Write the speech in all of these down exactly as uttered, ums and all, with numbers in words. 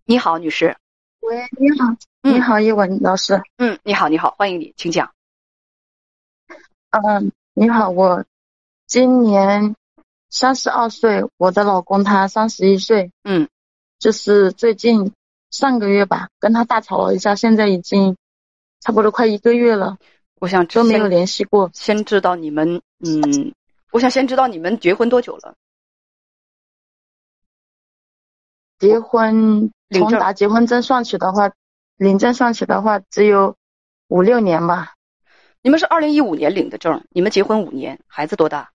你好，女士。 喂，你好，你好，叶文老师。 嗯，你好，你好，欢迎你，请讲。 嗯，你好，我今年三十二岁，我的老公他三十一岁。 嗯， 就是最近上个月吧，跟他大吵了一架，现在已经差不多快一个月了， 我想都没有联系过。 先知道你们，嗯，我想先知道你们结婚多久了？ 结婚从打结婚证算起的话，领证算起的话，只有五六年吧。 你们是二零一五年领的证，你们结婚五年，孩子多大？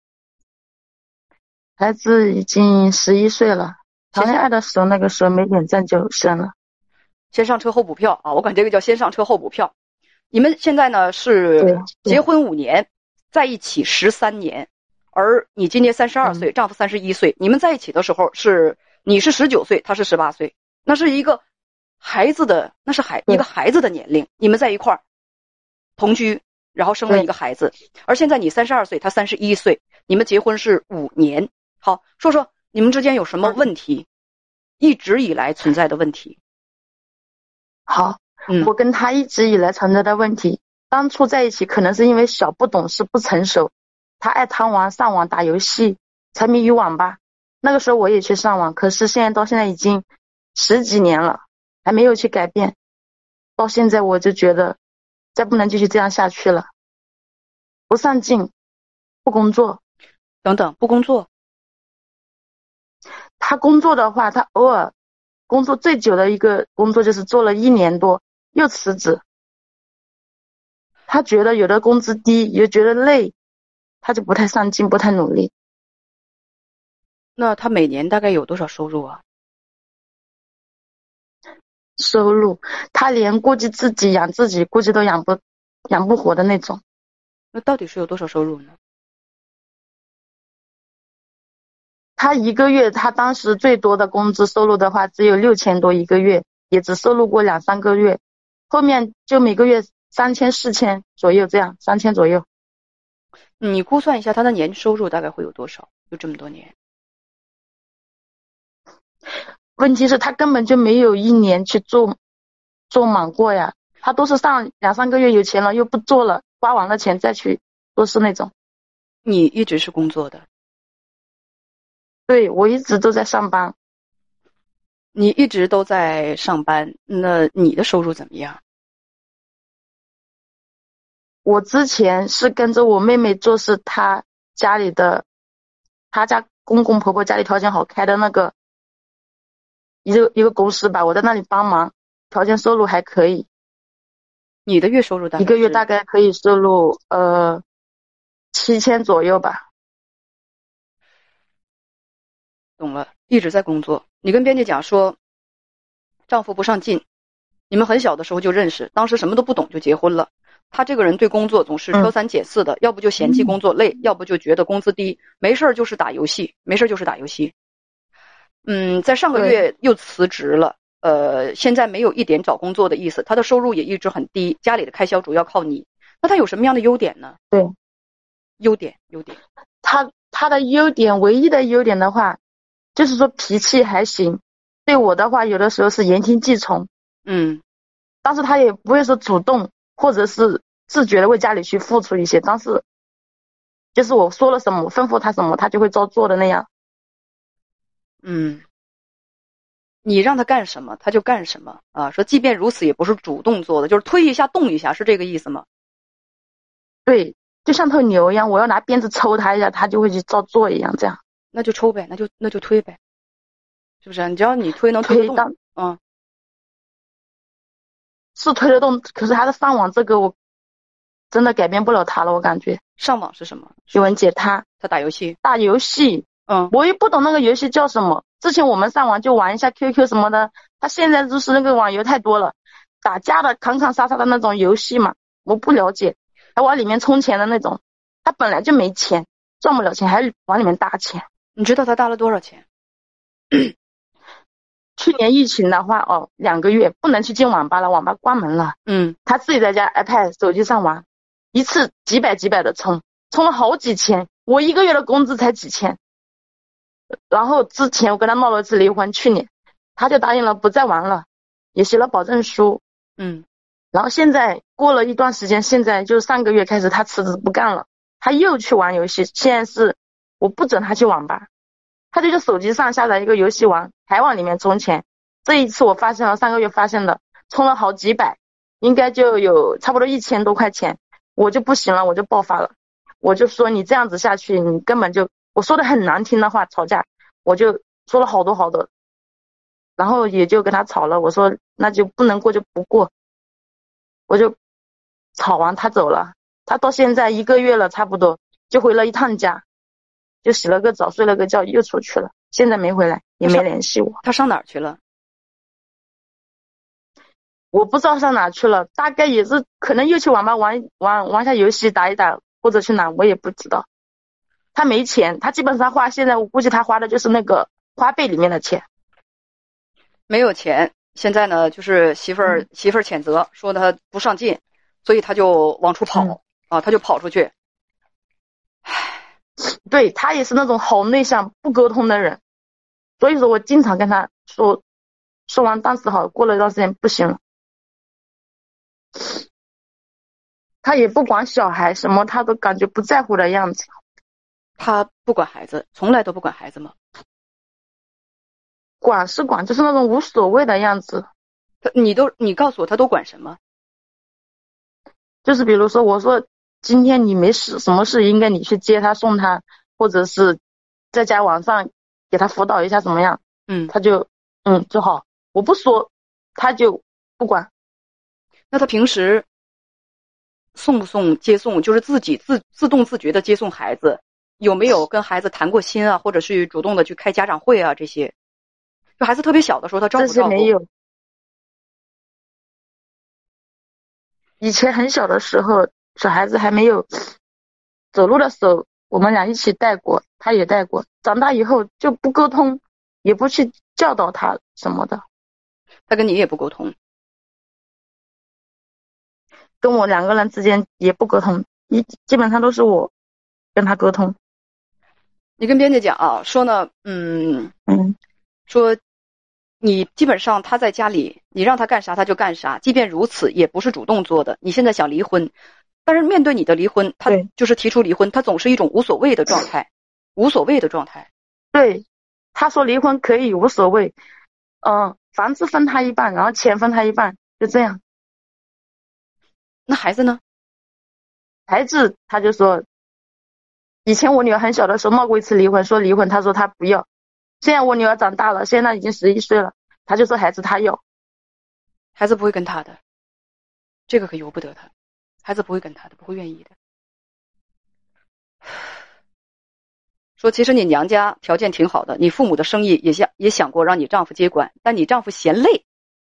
孩子已经十一岁了。谈恋爱的时候，那个时候没领证就生了。 先上车后补票啊！我管这个叫先上车后补票。你们现在呢是结婚五年，在一起十三年，而你今年三十二岁，丈夫三十一岁。你们在一起的时候是你是十九岁，他是十八岁，那是一个孩子的，那是孩一个孩子的年龄。你们在一块儿同居，然后生了一个孩子。而现在你三十二岁，他三十一岁，你们结婚是五年。好，说说你们之间有什么问题？一直以来存在的问题。 好，嗯，我跟他一直以来存在的问题，当初在一起可能是因为小不懂事不成熟，他爱贪玩上网打游戏，沉迷于网吧。那个时候我也去上网，可是现在到现在已经十几年了，还没有去改变。到现在我就觉得再不能继续这样下去了。不上进，不工作， 等等，不工作。 他工作的话，他偶尔工作最久的一个工作就是做了一年多，又辞职。他觉得有的工资低，也觉得累，他就不太上进，不太努力。 那他每年大概有多少收入啊？ 收入，他连估计自己养自己，估计都养不养不活的那种。 那到底是有多少收入呢？ 他一个月，他当时最多的工资收入的话，只有六千多一个月，也只收入过两三个月，后面就每个月三千、四千左右，这样三千左右。 你估算一下他的年收入大概会有多少？就这么多年。 问题是他根本就没有一年去做做满过呀，他都是上两三个月有钱了又不做了，花完了钱再去做事那种。 你一直是工作的？ 对，我一直都在上班。 你一直都在上班，那你的收入怎么样？ 我之前是跟着我妹妹做，是她家里的，她家公公婆婆家里条件好，开的那个一个一个公司吧，我在那里帮忙，条件收入还可以。 你的月收入大概一个月大概可以收入呃七千左右吧。 懂了，一直在工作。你跟编辑讲说，丈夫不上进，你们很小的时候就认识，当时什么都不懂就结婚了。他这个人对工作总是挑三拣四的，嗯、要不就嫌弃工作累，嗯、要不就觉得工资低，没事就是打游戏，没事就是打游戏。嗯，在上个月又辞职了，呃，现在没有一点找工作的意思，他的收入也一直很低，家里的开销主要靠你。那他有什么样的优点呢？ 对， 优点，优点。 他他的优点，唯一的优点的话，就是说脾气还行。对我的话，有的时候是言听计从。 嗯， 但是他也不会说主动或者是自觉的为家里去付出一些，但是就是我说了什么，吩咐他什么，他就会照做的那样。 嗯，你让他干什么他就干什么啊？说即便如此也不是主动做的，就是推一下动一下，是这个意思吗？ 对，就像头牛一样，我要拿鞭子抽他一下，他就会去照做一样，这样。 那就抽呗，那就那就推呗，是不是？你只要你推能推得动，嗯， 是推得动，可是他的上网这个我真的改变不了他了，我感觉。 上网是什么？ 有人解他， 他打游戏， 打游戏， 嗯， 我也不懂那个游戏叫什么。之前我们上网就玩一下 Q Q 什么的，他现在就是那个网游太多了，打架的砍砍杀杀的那种游戏嘛，我不了解，还往里面充钱的那种，他本来就没钱，赚不了钱，还往里面搭钱。 你知道他搭了多少钱？ 去年疫情的话，哦，两个月不能去进网吧了，网吧关门了， 嗯， 他自己在家 iPad 手机上玩，一次几百几百的充，充了好几千，我一个月的工资才几千。然后之前我跟他闹了一次离婚，去年他就答应了不再玩了，也写了保证书。 嗯， 然后现在过了一段时间，现在就上个月开始他辞职不干了，他又去玩游戏。现在是我不准他去网吧，他就在手机上下载一个游戏玩，还往里面充钱。这一次我发现了，上个月发现的，充了好几百，应该就有差不多一千多块钱。我就不行了，我就爆发了，我就说你这样子下去，你根本就，我说的很难听的话，吵架，我就说了好多好多，然后也就跟他吵了。我说那就不能过就不过，我就吵完他走了。他到现在一个月了，差不多就回了一趟家，就洗了个澡，睡了个觉，又出去了，现在没回来，也没联系我。 他上哪儿去了？ 我不知道上哪去了，大概也是可能又去网吧玩玩玩下游戏，打一打，或者去哪，我也不知道。他没钱，他基本上花，现在我估计他花的就是那个花呗里面的钱。 没有钱，现在呢就是媳妇儿、嗯、媳妇儿谴责说他不上进，所以他就往出跑、嗯、啊，他就跑出去。 唉，对，他也是那种好内向不沟通的人，所以说我经常跟他说，说完当时好，过了一段时间不行了。他也不管小孩什么，他都感觉不在乎的样子。 他不管孩子，从来都不管孩子吗？ 管是管，就是那种无所谓的样子。 他你都你告诉我他都管什么？ 就是比如说我说今天你没事什么事，应该你去接他送他，或者是在家晚上给他辅导一下怎么样， 嗯， 他就嗯就好。我不说他就不管。 那他平时送不送接送，就是自己自自动自觉的接送孩子，有没有跟孩子谈过心啊，或者是主动的去开家长会啊？这些就孩子特别小的时候他照顾照顾。 这些没有。以前很小的时候，小孩子还没有走路的时候，我们俩一起带过，他也带过。长大以后就不沟通，也不去教导他什么的。 他跟你也不沟通？ 跟我两个人之间也不沟通，一基本上都是我跟他沟通。 你跟编辑讲啊，说呢，嗯嗯， 说你基本上他在家里，你让他干啥他就干啥，即便如此也不是主动做的。你现在想离婚，但是面对你的离婚，他就是提出离婚，他总是一种无所谓的状态，无所谓的状态。 对，他说离婚可以无所谓，嗯，房子分他一半，然后钱分他一半，就这样。 那孩子呢？ 孩子他就说，以前我女儿很小的时候闹过一次离婚，说离婚，他说他不要。现在我女儿长大了，现在已经十一岁了，他就说孩子他要。 孩子不会跟他的，这个可由不得他，孩子不会跟他的，不会愿意的。说其实你娘家条件挺好的，你父母的生意也想也想过让你丈夫接管，但你丈夫嫌累。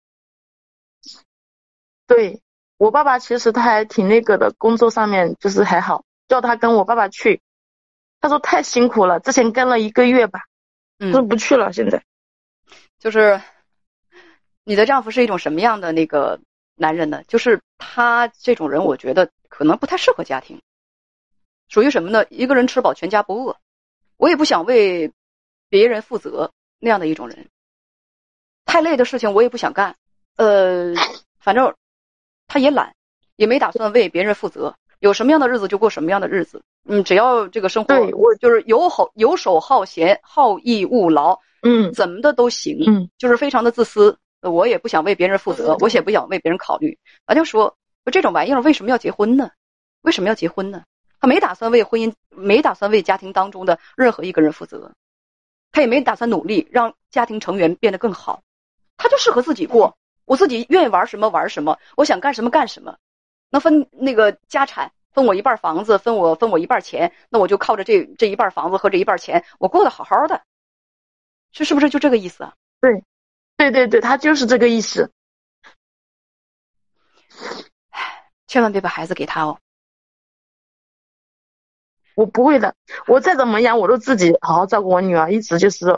对，我爸爸其实他还挺那个的，工作上面就是还好，叫他跟我爸爸去，他说太辛苦了，之前跟了一个月吧， 嗯， 都不去了。现在就是你的丈夫是一种什么样的那个男人呢？就是他这种人，我觉得可能不太适合家庭，属于什么呢？一个人吃饱全家不饿，我也不想为别人负责那样的一种人，太累的事情我也不想干，呃，反正他也懒，也没打算为别人负责，有什么样的日子就过什么样的日子。嗯，只要这个生活， 对，我就是游好游手好闲，好逸恶劳， 嗯， 怎么的都行， 嗯， 就是非常的自私。我也不想为别人负责，我也不想为别人考虑。他就说，这种玩意儿为什么要结婚呢？为什么要结婚呢？他没打算为婚姻，没打算为家庭当中的任何一个人负责，他也没打算努力让家庭成员变得更好，他就适合自己过。我自己愿意玩什么玩什么，我想干什么干什么。能分那个家产，分我一半房子，分我分我一半钱，那我就靠着这这一半房子和这一半钱，我过得好好的，是是不是就这个意思啊？ 对，对对对，他就是这个意思。 千万别把孩子给他哦。 我不会的，我再怎么样我都自己好好照顾我女儿，一直就是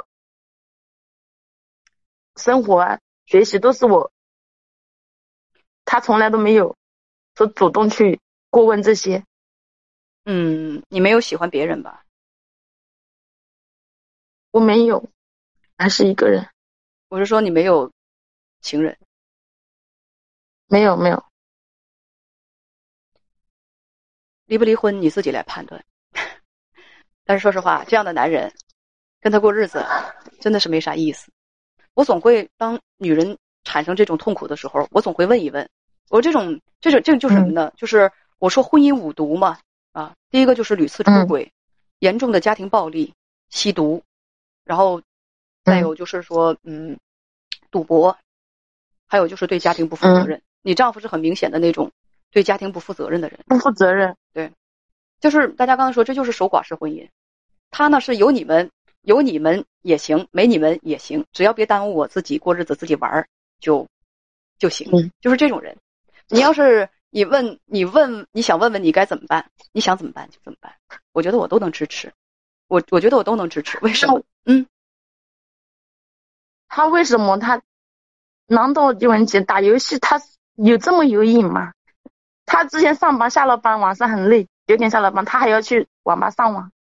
生活啊学习都是我，他从来都没有说主动去过问这些。 嗯，你没有喜欢别人吧？ 我没有，还是一个人。 我是说你没有情人。 没有没有。 离不离婚你自己来判断。但是说实话，这样的男人跟他过日子真的是没啥意思。我总会当女人产生这种痛苦的时候，我总会问一问，我这种这种这种就是什么呢、嗯、就是我说婚姻五毒嘛，啊，第一个就是屡次出轨、嗯、严重的家庭暴力、吸毒，然后再有就是说嗯赌博，还有就是对家庭不负责任、嗯、你丈夫是很明显的那种对家庭不负责任的人。 不负责任。 对，就是大家刚才说这就是守寡式婚姻，他呢是有你们有你们也行，没你们也行，只要别耽误我自己过日子自己玩就就行、嗯、就是这种人。你要是你问你问你想问问你该怎么办，你想怎么办就怎么办，我觉得我都能支持，我我觉得我都能支持。为什么？嗯， 他为什么他难道有人讲打游戏他有这么有瘾吗？他之前上班下了班晚上很累，九点下了班他还要去网吧上网。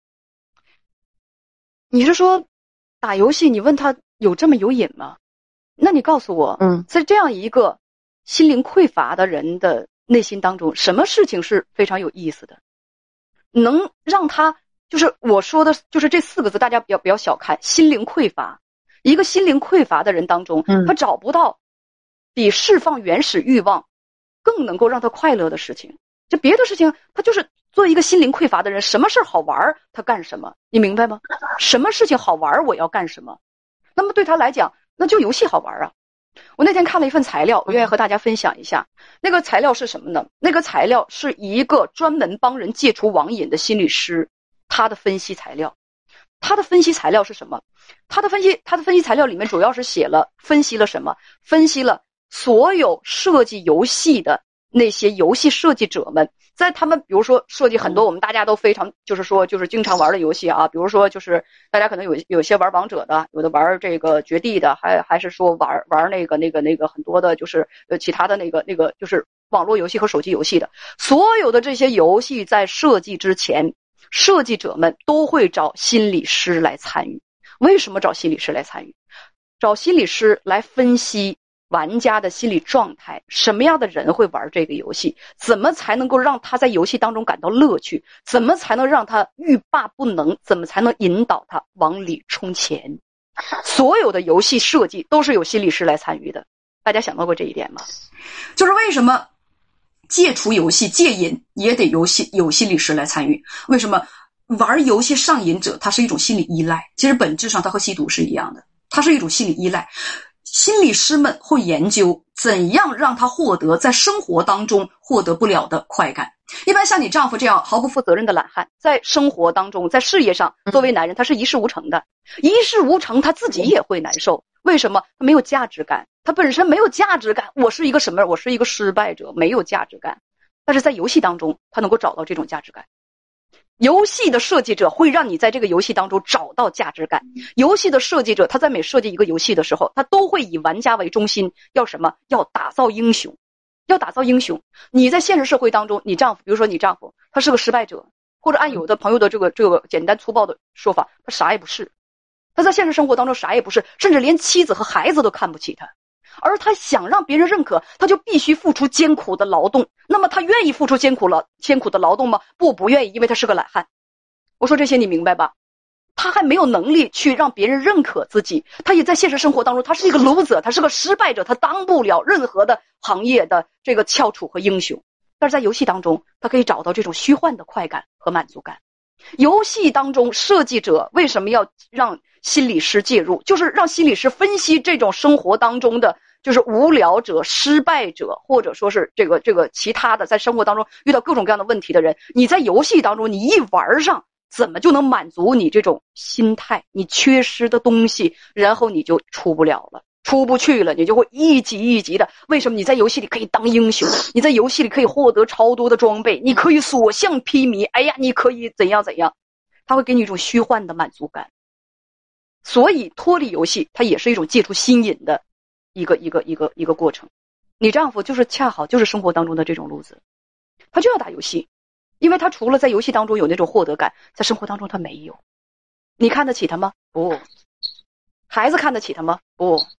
你是说打游戏你问他有这么有瘾吗？那你告诉我，嗯，在这样一个心灵匮乏的人的内心当中，什么事情是非常有意思的，能让他就是我说的就是这四个字，大家不要不要小看心灵匮乏。一个心灵匮乏的人当中，嗯，他找不到比释放原始欲望更能够让他快乐的事情。就别的事情他就是做一个心灵匮乏的人，什么事好玩他干什么，你明白吗？什么事情好玩我要干什么。那么对他来讲那就游戏好玩啊。我那天看了一份材料，我愿意和大家分享一下。那个材料是什么呢？那个材料是一个专门帮人戒除网瘾的心理师他的分析材料。他的分析材料是什么？他的分析他的分析材料里面主要是写了分析了什么？分析了所有设计游戏的那些游戏设计者们，在他们比如说设计很多我们大家都非常就是说就是经常玩的游戏啊，比如说就是大家可能有有些玩王者的，有的玩这个绝地的，还还是说玩玩那个那个那个很多的就是呃其他的那个那个就是网络游戏和手机游戏的。所有的这些游戏在设计之前，设计者们都会找心理师来参与。为什么找心理师来参与？找心理师来分析玩家的心理状态，什么样的人会玩这个游戏，怎么才能够让他在游戏当中感到乐趣，怎么才能让他欲罢不能，怎么才能引导他往里冲钱。所有的游戏设计都是有心理师来参与的。大家想到过这一点吗？就是为什么戒除游戏戒瘾也得有心有心理师来参与。为什么玩游戏上瘾者他是一种心理依赖，其实本质上他和吸毒是一样的，他是一种心理依赖。心理师们会研究怎样让他获得在生活当中获得不了的快感。一般像你丈夫这样毫不负责任的懒汉，在生活当中在事业上作为男人他是一事无成的，一事无成他自己也会难受。为什么？他没有价值感，他本身没有价值感，我是一个什么？我是一个失败者，没有价值感。但是在游戏当中他能够找到这种价值感。游戏的设计者会让你在这个游戏当中找到价值感。游戏的设计者他在每设计一个游戏的时候，他都会以玩家为中心，要什么？要打造英雄，要打造英雄。你在现实社会当中，你丈夫，比如说你丈夫他是个失败者，或者按有的朋友的这个这个简单粗暴的说法，他啥也不是。他在现实生活当中啥也不是，甚至连妻子和孩子都看不起他。而他想让别人认可，他就必须付出艰苦的劳动。那么他愿意付出艰苦了艰苦的劳动吗？不，不愿意，因为他是个懒汉。我说这些你明白吧？他还没有能力去让别人认可自己，他也在现实生活当中他是一个 loser， 他是个失败者，他当不了任何的行业的这个翘楚和英雄。但是在游戏当中他可以找到这种虚幻的快感和满足感。游戏当中设计者为什么要让心理师介入？就是让心理师分析这种生活当中的就是无聊者、失败者，或者说是这个这个其他的在生活当中遇到各种各样的问题的人，你在游戏当中你一玩上，怎么就能满足你这种心态，你缺失的东西，然后你就出不了了，出不去了，你就会一级一级的。为什么？你在游戏里可以当英雄，你在游戏里可以获得超多的装备，你可以所向披靡，哎呀，你可以怎样怎样，它会给你一种虚幻的满足感。所以脱离游戏它也是一种戒除心瘾的一个一个一个一个过程。你丈夫就是恰好就是生活当中的这种路子，他就要打游戏，因为他除了在游戏当中有那种获得感，在生活当中他没有。你看得起他吗？不。孩子看得起他吗？不。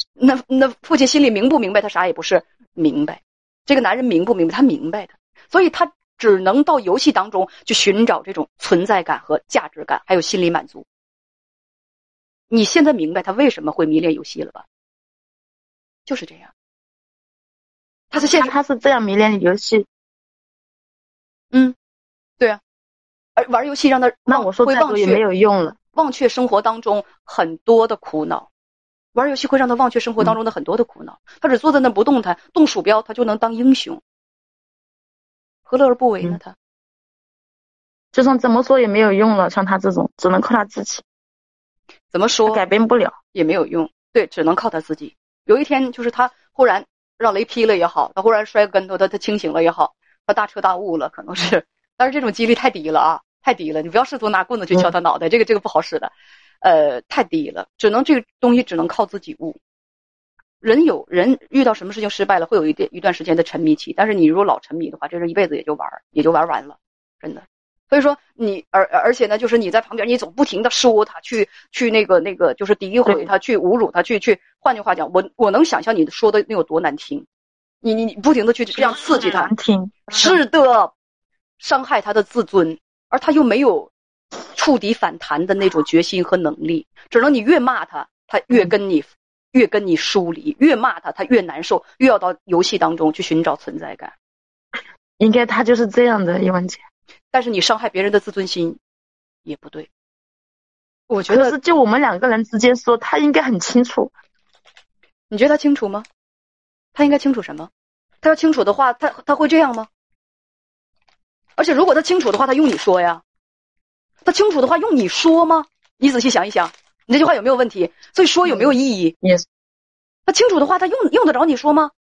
那那父亲心里明不明白？他啥也不是明白。这个男人明不明白？他明白的，所以他只能到游戏当中去寻找这种存在感和价值感，还有心理满足。你现在明白他为什么会迷恋游戏了吧？就是这样。他是现实， 他是这样迷恋游戏。 嗯，对啊。而玩游戏让他那我说再多也没有用了， 忘却生活当中很多的苦恼。玩游戏会让他忘却生活当中的很多的苦恼，嗯、他只坐在那不动弹，动鼠标他就能当英雄，何乐而不为呢？他、嗯、 就算怎么说也没有用了，像他这种只能靠他自己。 怎么说改变不了也没有用，对，只能靠他自己。有一天就是他忽然让雷劈了也好，他忽然摔个跟头，他他清醒了也好，他大彻大悟了，可能是，但是这种几率太低了啊，太低了，你不要试图拿棍子去敲他脑袋，嗯、这个这个不好使的。呃，太低了，只能这个东西只能靠自己悟。人有人遇到什么事情失败了，会有一点一段时间的沉迷期，但是你如果老沉迷的话，这人一辈子也就玩也就玩完了，真的。所以说你而而且呢，就是你在旁边，你总不停的说他，去去那个那个，就是诋毁他，去侮辱他，去去。换句话讲，我我能想象你说的那有多难听，你你你不停的去这样刺激他， 难听， 是的，伤害他的自尊，而他又没有触底反弹的那种决心和能力，只能你越骂他，他越跟你、嗯、越跟你疏离，越骂他他越难受，越要到游戏当中去寻找存在感。 应该他就是这样的，叶文姐。 但是你伤害别人的自尊心也不对，我觉得。 可是就我们两个人之间说，他应该很清楚。 你觉得他清楚吗？他应该清楚什么？他要清楚的话，他他会这样吗？而且如果他清楚的话，他用你说呀？他清楚的话用你说吗？你仔细想一想，你这句话有没有问题？所以说有没有意义？ Yes. 他清楚的话，他用用得着你说吗？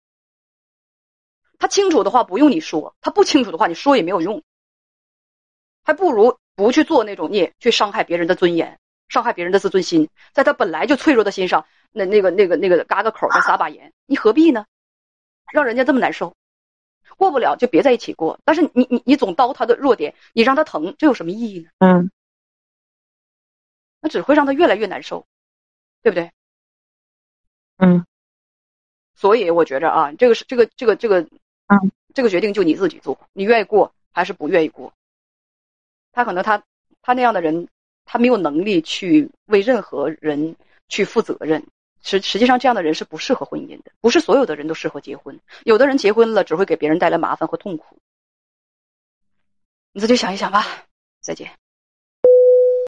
他清楚的话不用你说，他不清楚的话你说也没有用，还不如不去做那种孽，去伤害别人的尊严，伤害别人的自尊心，在他本来就脆弱的心上，那那个那个那个嘎个口再撒把盐，你何必呢？让人家这么难受，过不了就别在一起过。但是你你你总叨他的弱点，你让他疼，这有什么意义呢？ 嗯， 那只会让他越来越难受，对不对？ 嗯， 所以我觉着啊，这个是这个这个这个， 嗯， 这个决定就你自己做，你愿意过还是不愿意过？他可能他他那样的人，他没有能力去为任何人去负责任。实实际上这样的人是不适合婚姻的，不是所有的人都适合结婚，有的人结婚了只会给别人带来麻烦和痛苦。你自己想一想吧，再见。